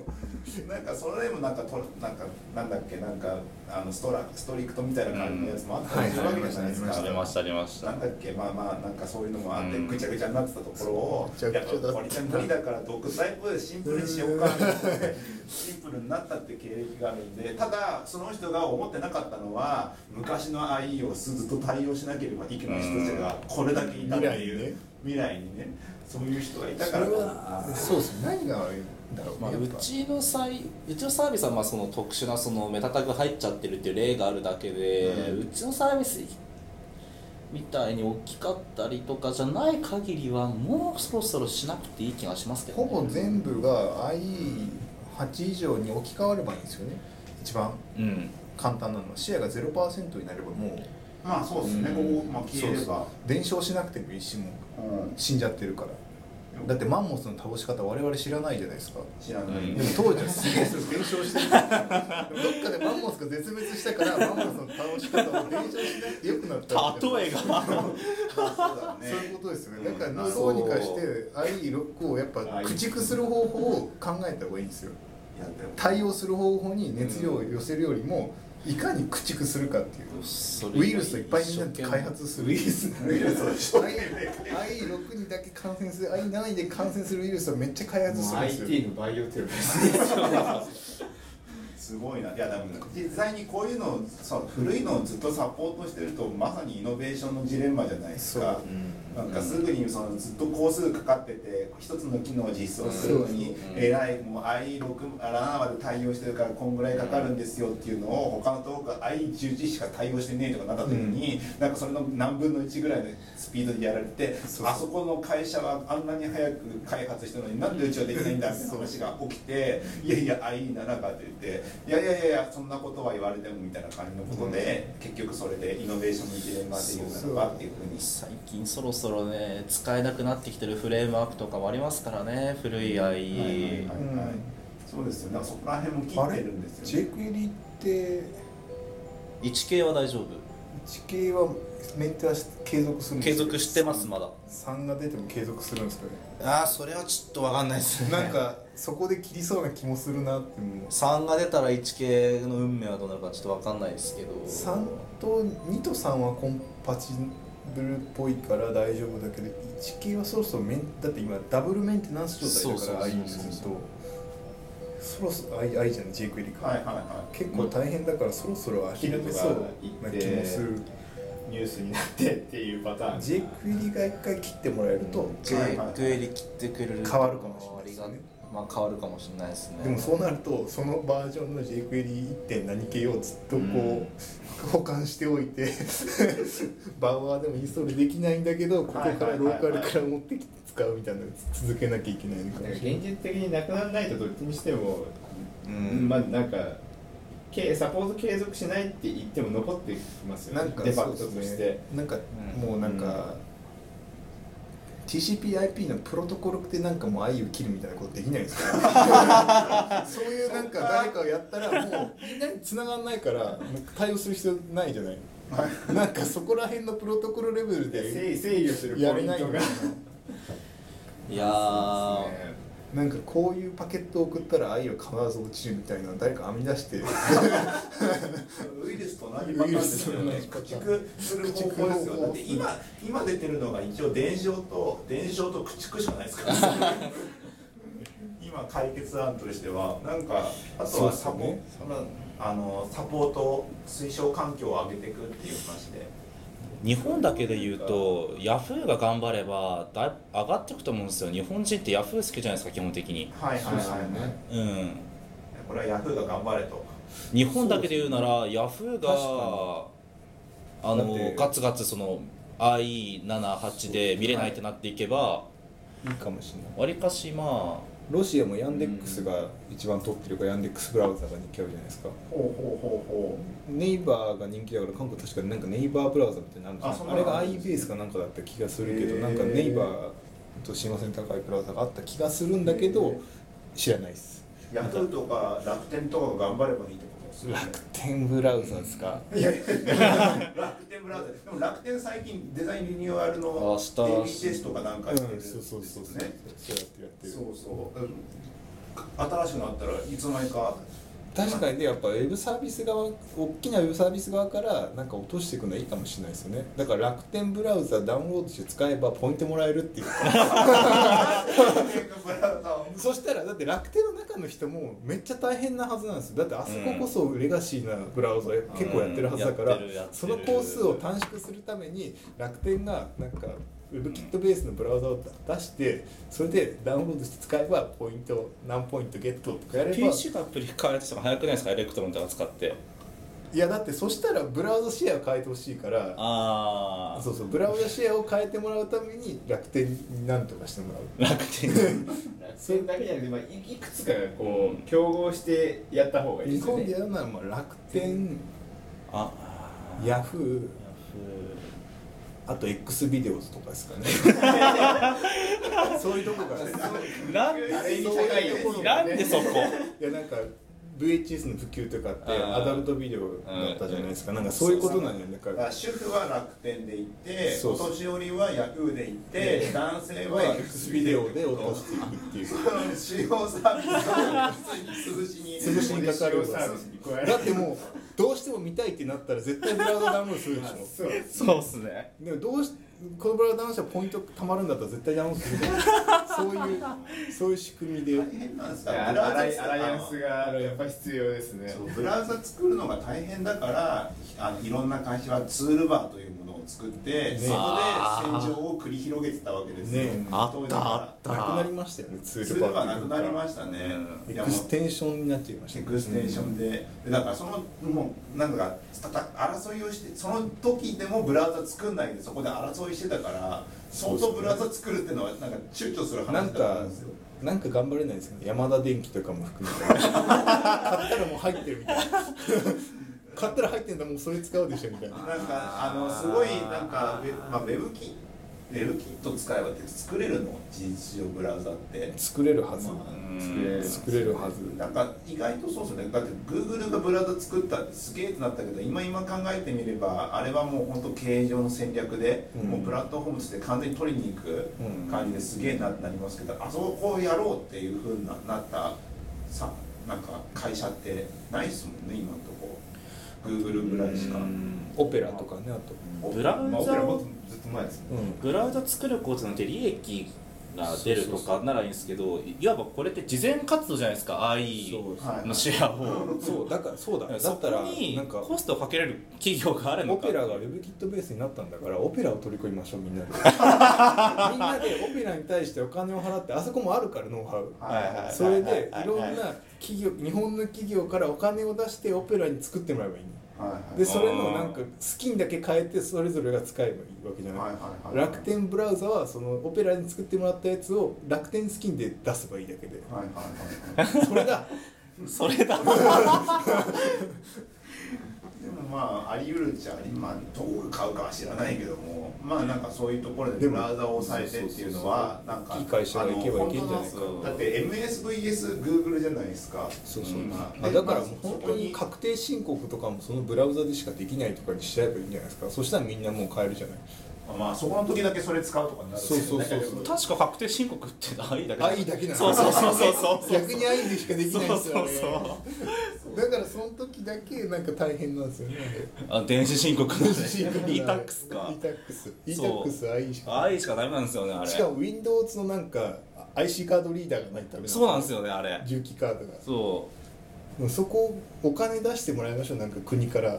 なんかそれでもなんだっけストリクトみたいな感じのやつもあったりするわけじゃないですか。 ありましたなんだっけなんかそういうのもあってぐちゃぐちゃになってたところをやっぱこれじゃ無理だから独裁っぽいシンプルにしようかってシンプルになったって経歴があるんで、ただその人が思ってなかったのは昔の IE をずっと対応しなければいけない人たちがこれだけいたっていう未来にね、そういう人がいたからそうですね。何が悪いんだろう、 うちのサービスはその特殊なそのメタタグ入っちゃってるっていう例があるだけで、うちのサービスみたいに大きかったりとかじゃない限りはもうそろそろしなくていい気がしますけどね。 ほぼ全部が IE8 以上に置き換わればいいんですよね。一番簡単なのはシェアが 0% になればもうそうですね、ここ消えれば伝承しなくてもいいし、もう死んじゃってるから。だってマンモスの倒し方我々知らないじゃないですか。 知らない、 でも当時はすげえそれ伝承してる。どっかでマンモスが絶滅したからマンモスの倒し方を伝承しなくてよくなった例えがそういうことですよね。だからどうにかして IE6 をやっぱ駆逐する方法を考えた方がいいんですよ。対応する方法に熱量を寄せるよりもいかに駆逐するかっていう、ウイルスをいっぱいみんなで開発するウイルスを IE6 にだけ感染する IE7 にで感染するウイルスをめっちゃ開発するんですよ。 IT のバイオテロですすごいな。いやでも実際にこういうのを古いのをずっとサポートしてるとまさにイノベーションのジレンマじゃないですか。なんかすぐにずっと工数かかってて一つの機能を実装するのにもう IE7 まで対応してるからこんぐらいかかるんですよっていうのを他のところが IE11 しか対応してねえとかなった時に、なんかそれの何分の1ぐらいのスピードでやられて、あそこの会社はあんなに早く開発したのになんでうちはできないんだみたいな話が起きて、いやいや IE7 かって言って、いやそんなことは言われてもみたいな感じのことで、結局それでイノベーションのジレンマっていうのがっていうふうに最近そろそろね使えなくなってきてるフレームワークとかもありますからね、古い IE。 そうですよね。そこら辺も切ってるんですよね。 JQuery って 1系は大丈夫。 1系はメンテは継続するんですか。 継続してます。まだ 3が出ても継続するんですかね。 それはちょっと分かんないですね。 なんかそこで切りそうな気もするなって。もう 3が出たら1系の運命はどうなるかちょっと分かんないですけど、 3と2と3はコンパチブルっぽいから大丈夫だけど、1系はそろそろだって今ダブルメンテナンス状態だから IE にするとそろそろ IE じゃん JQuery か、結構大変だからそろそろ諦めそうな気もする。 ニュースになってっていうパターン。 JQuery が1回切ってもらえると JQuery 切ってくれる変わるかもしれないですね。 変わるかもしれないですね。 でもそうなるとそのバージョンの JQuery 1. 何系をずっとこう、保管しておいてバーワーでもインストールできないんだけどここからローカルから持ってきて使うみたいなのを続けなきゃいけないのかもしれない。 現実的になくならないとどっちにしても、なんかサポート継続しないって言っても残ってきますよね。 なんかデファクトとして、 なんかもうなんか、TCP/IP のプロトコルってなんかもう IE を切るみたいなことできないですかそういうなんか誰かをやったらもうみんなに繋がんないからもう対応する必要ないじゃない。なんかそこら辺のプロトコルレベルで制御するポイントがいやーなんかこういうパケットを送ったら IE は必ず落ちるみたいなのを誰か編み出してウイルスと同じパターンですよね。駆逐する方法ですよ。だって今出てるのが一応伝承と駆逐しかないですから今解決案としてはなんかあとはサポート推奨環境を上げていくっていう話で、 日本だけで言うとヤフーが頑張れば上がっていくと思うんですよ。日本人ってヤフー好きじゃないですか基本的に。 これはヤフーが頑張れと。 日本だけで言うならヤフーがガツガツその IE78 で見れないってなっていけばいいかもしれない。 わりかしロシアもヤンデックスが一番取ってるからヤンデックスブラウザが人気あるじゃないですか。ネイバーが人気だから韓国確かになんかネイバーブラウザみたいになるんですよ。あれが IE ベースかなんかだった気がするけど、なんかネイバーと親和性の高いブラウザがあった気がするんだけど知らないです。 ヤフーとか楽天とかが頑張ればいいってことですよね。 楽天ブラウザですか。 いや楽天ブラウザでも楽天最近デザインリニューアルのデイリーテストかなんかしてるんですよね。そう新しくなったらいつの間にか確かにね、やっぱウェブサービス側、大きなウェブサービス側からなんか落としていくのはいいかもしれないですよね。だから楽天ブラウザダウンロードして使えばポイントもらえるっていうそしたらだって楽天の中の人もめっちゃ大変なはずなんですよ。だってあそここそレガシーなブラウザ結構やってるはずだから、その工数を短縮するために楽天がなんかWebKit ベースのブラウザを出してそれでダウンロードして使えばポイント何ポイントゲットとかやれば PC がアプリ変える人が早くないですか、エレクトロンとか使って。 いやだってそしたらブラウザシェアを変えてほしいから、そうそうブラウザシェアを変えてもらうために楽天に何とかしてもらう。 楽天それだけじゃなくて、いくつかこう競合してやった方がいいですよね。 日本でやるなら楽天、ヤフー、あと X ビデオズとかですかねそういうとこがなんでそこいやなんか VHS の普及とかってアダルトビデオだったじゃないですか。なんかそういうことなんじゃないか。 主婦は楽天で行ってお年寄りはヤフーで行って男性は X ビデオで落としていくっていう使用サービスを潰しにかかる。だってもうどうしても見たいってなったら絶対ブラウザダウンロードするでしょそうっすね。 でもこのブラウザダウンロードしたらポイント貯まるんだったら絶対ダウンロードするじゃないそういう仕組みで大変なんですか。 アライアンスがやっぱ必要ですね。 ブラウザ作るのが大変だからいろんな会社はツールバーというものを作って、そこで戦場を繰り広げてたわけですよ。 あったなくなりましたよね。ツールバーなくなりましたね。 エクステンションになっちゃいました。 エクステンションでだからそのもうなんか争いをしてその時でもブラウザ作んないでそこで争いしてたから相当ブラウザ作るっていうのはなんか躊躇する話だったんですよ。 なんか頑張れないですよね。ヤマダ電機とかも含めて買ったらもう入ってるみたいな買ったら入ってるんだもうそれ使うでしょみたいな。 なんかすごいなんかウェブキット使えばって作れるの事実上ブラウザって作れるはず、作れるはず。 なんか意外とそうですね。だって Google がブラウザ作ったってすげえってなったけど今考えてみればあれはもう本当経営上の戦略で、もうプラットフォームとして完全に取りに行く感じですげえなってなりますけど、あそこをやろうっていうふうになったなんか会社ってないですもんね今のところ。Google ぐらいしか。 オペラとかね。あとブラウザをずっと前ですね。 ブラウザ作ることによって利益が出るとかならいいんですけど、いわばこれって慈善活動じゃないですか。IE のシェアをそうだからそうだだったらなんかコストをかけれる企業があるのか。 オペラが WebKit ベースになったんだからオペラを取り込みましょうみんなでみんなでオペラに対してお金を払って、あそこもあるからノウハウ、それでいろんな企業、日本の企業からお金を出してオペラに作ってもらえばいいの。でそれのなんかスキンだけ変えてそれぞれが使えばいいわけじゃない。楽天ブラウザはそのオペラに作ってもらったやつを楽天スキンで出せばいいだけで、それだでもまああり得るっちゃどこ買うかは知らないけども、まあなんかそういうところでブラウザを抑えてっていうのはなんかいい会社が行けばいけんじゃないか。 だって MSVS Google じゃないですか。 だからもう本当に確定申告とかもそのブラウザでしかできないとかにしちゃえばいいんじゃないですか。そしたらみんなもう買えるじゃない。 まあそこの時だけそれ使うとかになるんですよね。 確か確定申告ってIEだけなの。 そう逆にIEでしかできないんですよね。だからその時だけなんか大変なんですよね。 電子申告のe-tax か。 e-tax IE しかダメなんですよねあれ。 しかも Windows のなんか IC カードリーダーがないとダメ。 そうなんですよねあれ。 重機カードが。 そこお金出してもらいましょう。なんか国から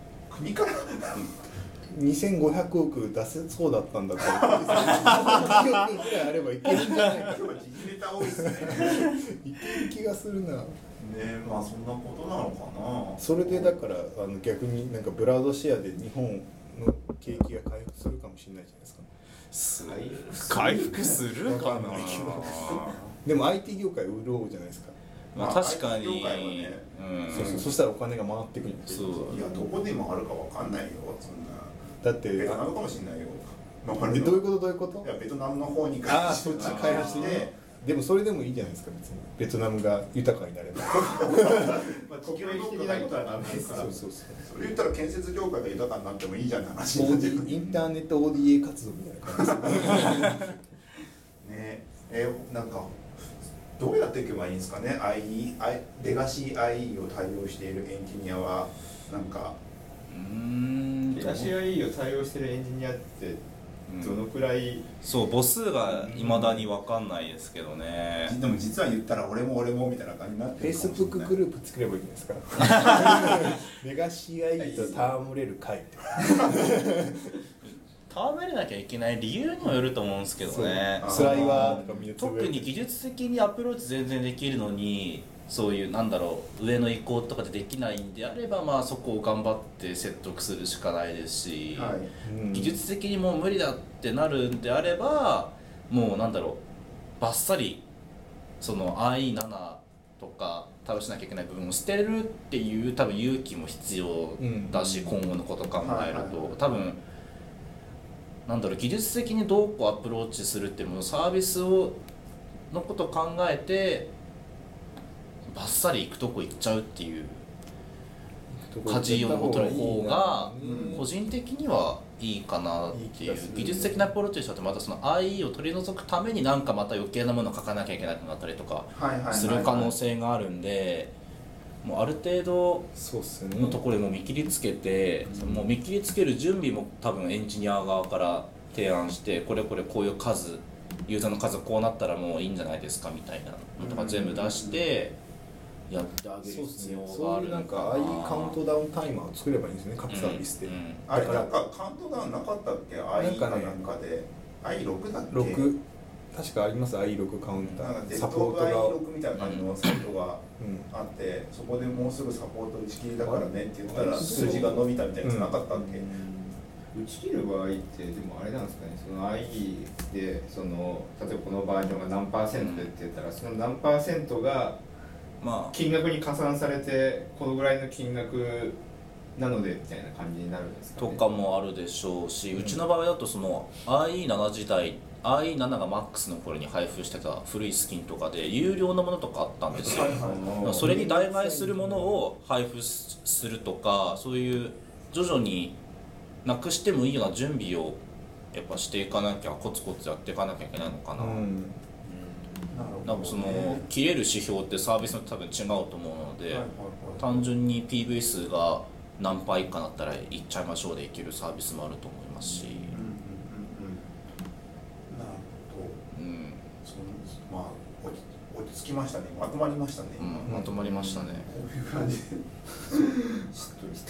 2500億出せそうだったんだって2500億ぐらいあればいけるんじゃないか。 今日は時事ネタ多いですねいける気がするな。 まあそんなことなのかな。 それでだから逆になんかブラウザシェアで日本の景気が回復するかもしれないじゃないですか。 回復するかな。 でも IT 業界潤うじゃないですか。 まあ確かに。 そしたらお金が回ってくるんですよ。 いやどこでもあるかわかんないよそんな。 だってベトナムかもしれないよ。 どういうこと？ いやベトナムの方にそっち開発して、でもそれでもいいじゃないですか別に。ベトナムが豊かになれば。 地球のどこかが豊かになるから。それ言ったら建設業界が豊かになってもいいじゃんって話になってる。 インターネット ODA 活動みたいな感じですね。 なんかどうやっていけばいいんですかね。レガシー IE を対応しているエンジニアはなんかレガシー IE を対応しているエンジニアってどのくらい、 そう母数がいまだに分かんないですけどね。 でも実は言ったら俺もみたいな感じになってるかもしれない。 Facebook グループ作ればいいんですかレガシー IE と戯れる会って戯れなきゃいけない理由にもよると思うんですけどね。 辛いわとかみんなつぶやいて特に技術的にアプローチ全然できるのに、そういうなんだろう上の移行とかでできないんであれば、まあそこを頑張って説得するしかないですし、技術的にもう無理だってなるんであれば、もうなんだろうバッサリその IE7 とか倒しなきゃいけない部分を捨てるっていう多分勇気も必要だし、今後のことを考えると多分なんだろう技術的にどうこうアプローチするっていうのサービスをのことを考えてバッサリ行くとこ行っちゃうっていう舵を取る方が個人的にはいいかなっていう。技術的なアプローチでしょってまたその IE を取り除くためになんかまた余計なものを書かなきゃいけなくなったりとかする可能性があるんで、もうある程度のところでもう見切りつけて、もう見切りつける準備も多分エンジニア側から提案して、こういう数ユーザーの数こうなったらもういいんじゃないですかみたいなのとか全部出してやってあげる必要があるのかな。 そういうなんか IE カウントダウンタイマーを作ればいいんですね、各サービスで。 あれなんかカウントダウンなかったっけ IE かなんかで I6 だっけ。 6確かあります。 I6 カウンタなんかデーッド I6 みたいな感じのサイトがあって、そこでもうすぐサポート打ち切りだからねって言ったら数字が伸びたみたいなやつなかったっけ。 打ち切る場合ってでもあれなんですかね、その IE でその例えばこのバージョンが何パーセントでって言ったら、その何パーセントが金額に加算されてこのぐらいの金額なのでみたいな感じになるんですかね。 とかもあるでしょうし、うちの場合だとその IE7 時代 IE7 がマックスの頃に配布してた古いスキンとかで有料のものとかあったんですよ。それに代替するものを配布するとか、そういう徐々になくしてもいいような準備をやっぱしていかなきゃ、コツコツやっていかなきゃいけないのかな。なんかその切れる指標ってサービスの多分違うと思うので、単純に PV 数が何パー以下だったらいっちゃいましょうでいけるサービスもあると思いますし。 なるほど。まあ落ち着きましたね。まとまりましたね。 まとまりましたね。 こういう感じで。しっとりした。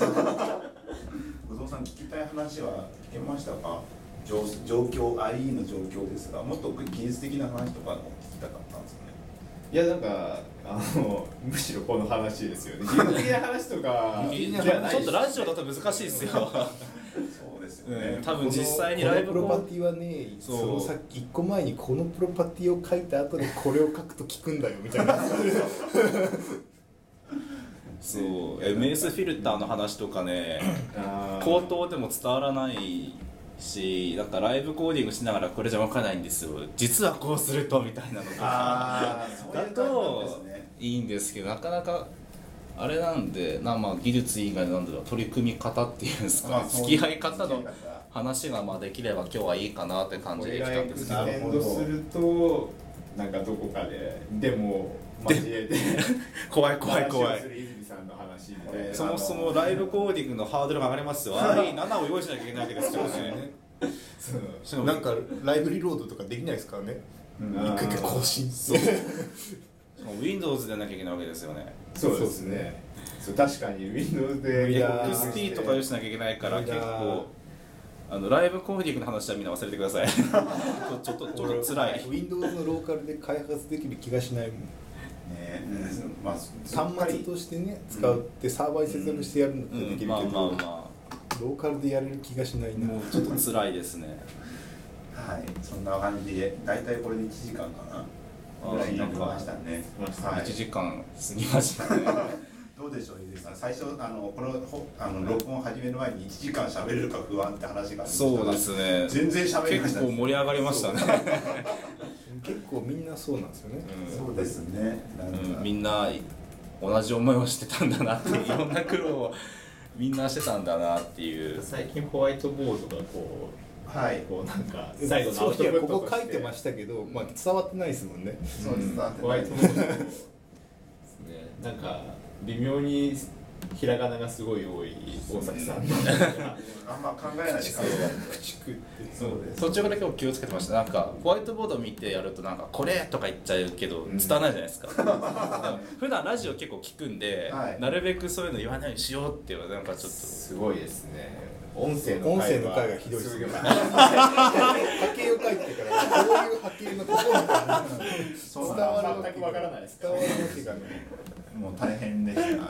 後藤さん聞きたい話は聞けましたか。状況 IE の状況ですが、もっと技術的な話とかも聞きたかったんですよね。 いやなんかむしろこの話ですよね。技術的な話とかちょっとラジオだと難しいですよ。 そうですよね。 多分実際にライブこのプロパティはね、そのさっき1個前にこのプロパティを書いた後でこれを書くと聞くんだよみたいな。 そう MS フィルターの話とかね、口頭でも伝わらないし、なんかライブコーディングしながらこれじゃ分からないんですよ、実はこうするとみたいなのとかだといいんですけど、なかなかあれなんで、まあ技術以外のなんだろう取り組み方っていうんですか、付き合い方の話がまあできれば今日はいいかなって感じで来たんですけど、 エクステンドするとなんかどこかでも交えて怖いそもそもライブコーディングのハードルが上がりますよ。7を用意しなきゃいけないわけですからね。 なんかライブリロードとかできないですからね。一回更新。そう。 Windows でやらなきゃいけないわけですよね。 そうですね。確かに Windows で XP とか用意しなきゃいけないから結構ライブコーディングの話はみんな忘れてください。ちょっと辛い。 Windows のローカルで開発できる気がしないもん。端末としてね使ってサーバーに接続してやるのってできるけど、ローカルでやれる気がしないな。 もうちょっと辛いですね。 はい、そんな感じでだいたいこれで1時間かなぐらいになってましたね。 1時間過ぎましたね。 どうでしょう、ゆうさん、最初この録音を始める前に1時間喋れるか不安って話がありましたが、 そうですね、 全然喋りましたね。 結構盛り上がりましたね。 結構みんなそうなんですよね。 そうですね。 みんな同じ思いをしてたんだなっていろんな苦労をみんなしてたんだなっていう。 最近ホワイトボードがこうはい、 こうなんか最後のアウトプットとしてここ書いてましたけど、まあ伝わってないですもんね。 そうです、 ホワイトボードですね。なんか微妙にひらがながすごい多い大崎さん。 あんま考えないですけど、 駆逐って。 そうです。途中から今日気をつけてました。なんかホワイトボード見てやるとなんかこれとか言っちゃうけど伝わらないじゃないですか。普段ラジオ結構聞くんで、なるべくそういうの言わないようにしようっていうのはなんかちょっとすごいですね。音声の回がひどいですね。波形を書いてからこういう波形のここみたいな伝わる全くわからないです。 伝わるわけがない。 もう大変でした。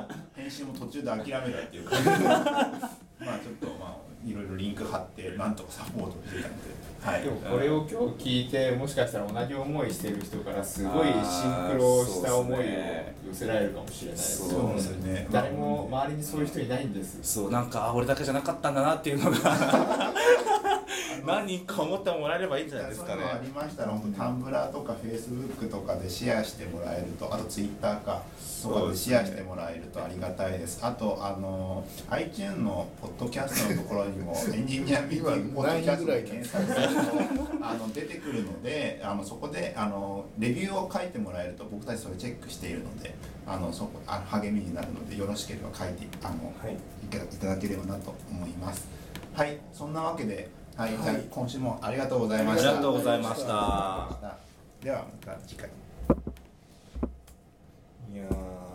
編集も途中で諦めたっていう感じで、まあちょっとまあいろいろリンク貼ってなんとかサポートしてたので、はい。 でもこれを今日聞いてもしかしたら同じ思いしてる人からすごいシンクロした思いを寄せられるかもしれないです。 そうですよね。 誰も周りにそういう人いないんです。 そうなんか俺だけじゃなかったんだなっていうのが何人か思ってもらえればいいんじゃないですかね。 そういうのありましたら、本当タンブラーとかフェイスブックとかでシェアしてもらえると、あとツイッターかとかでシェアしてもらえるとありがたいです。あとiTunes のポッドキャストのところにもエンジニアミーティングポッドキャストで検索すると出てくるので、そこでレビューを書いてもらえると僕たちそれチェックしているので、そこ励みになるのでよろしければ書いていただければなと思います。はい、そんなわけで、はい、じゃあ今週もありがとうございました。 ありがとうございました。 ではまた次回。 いやー。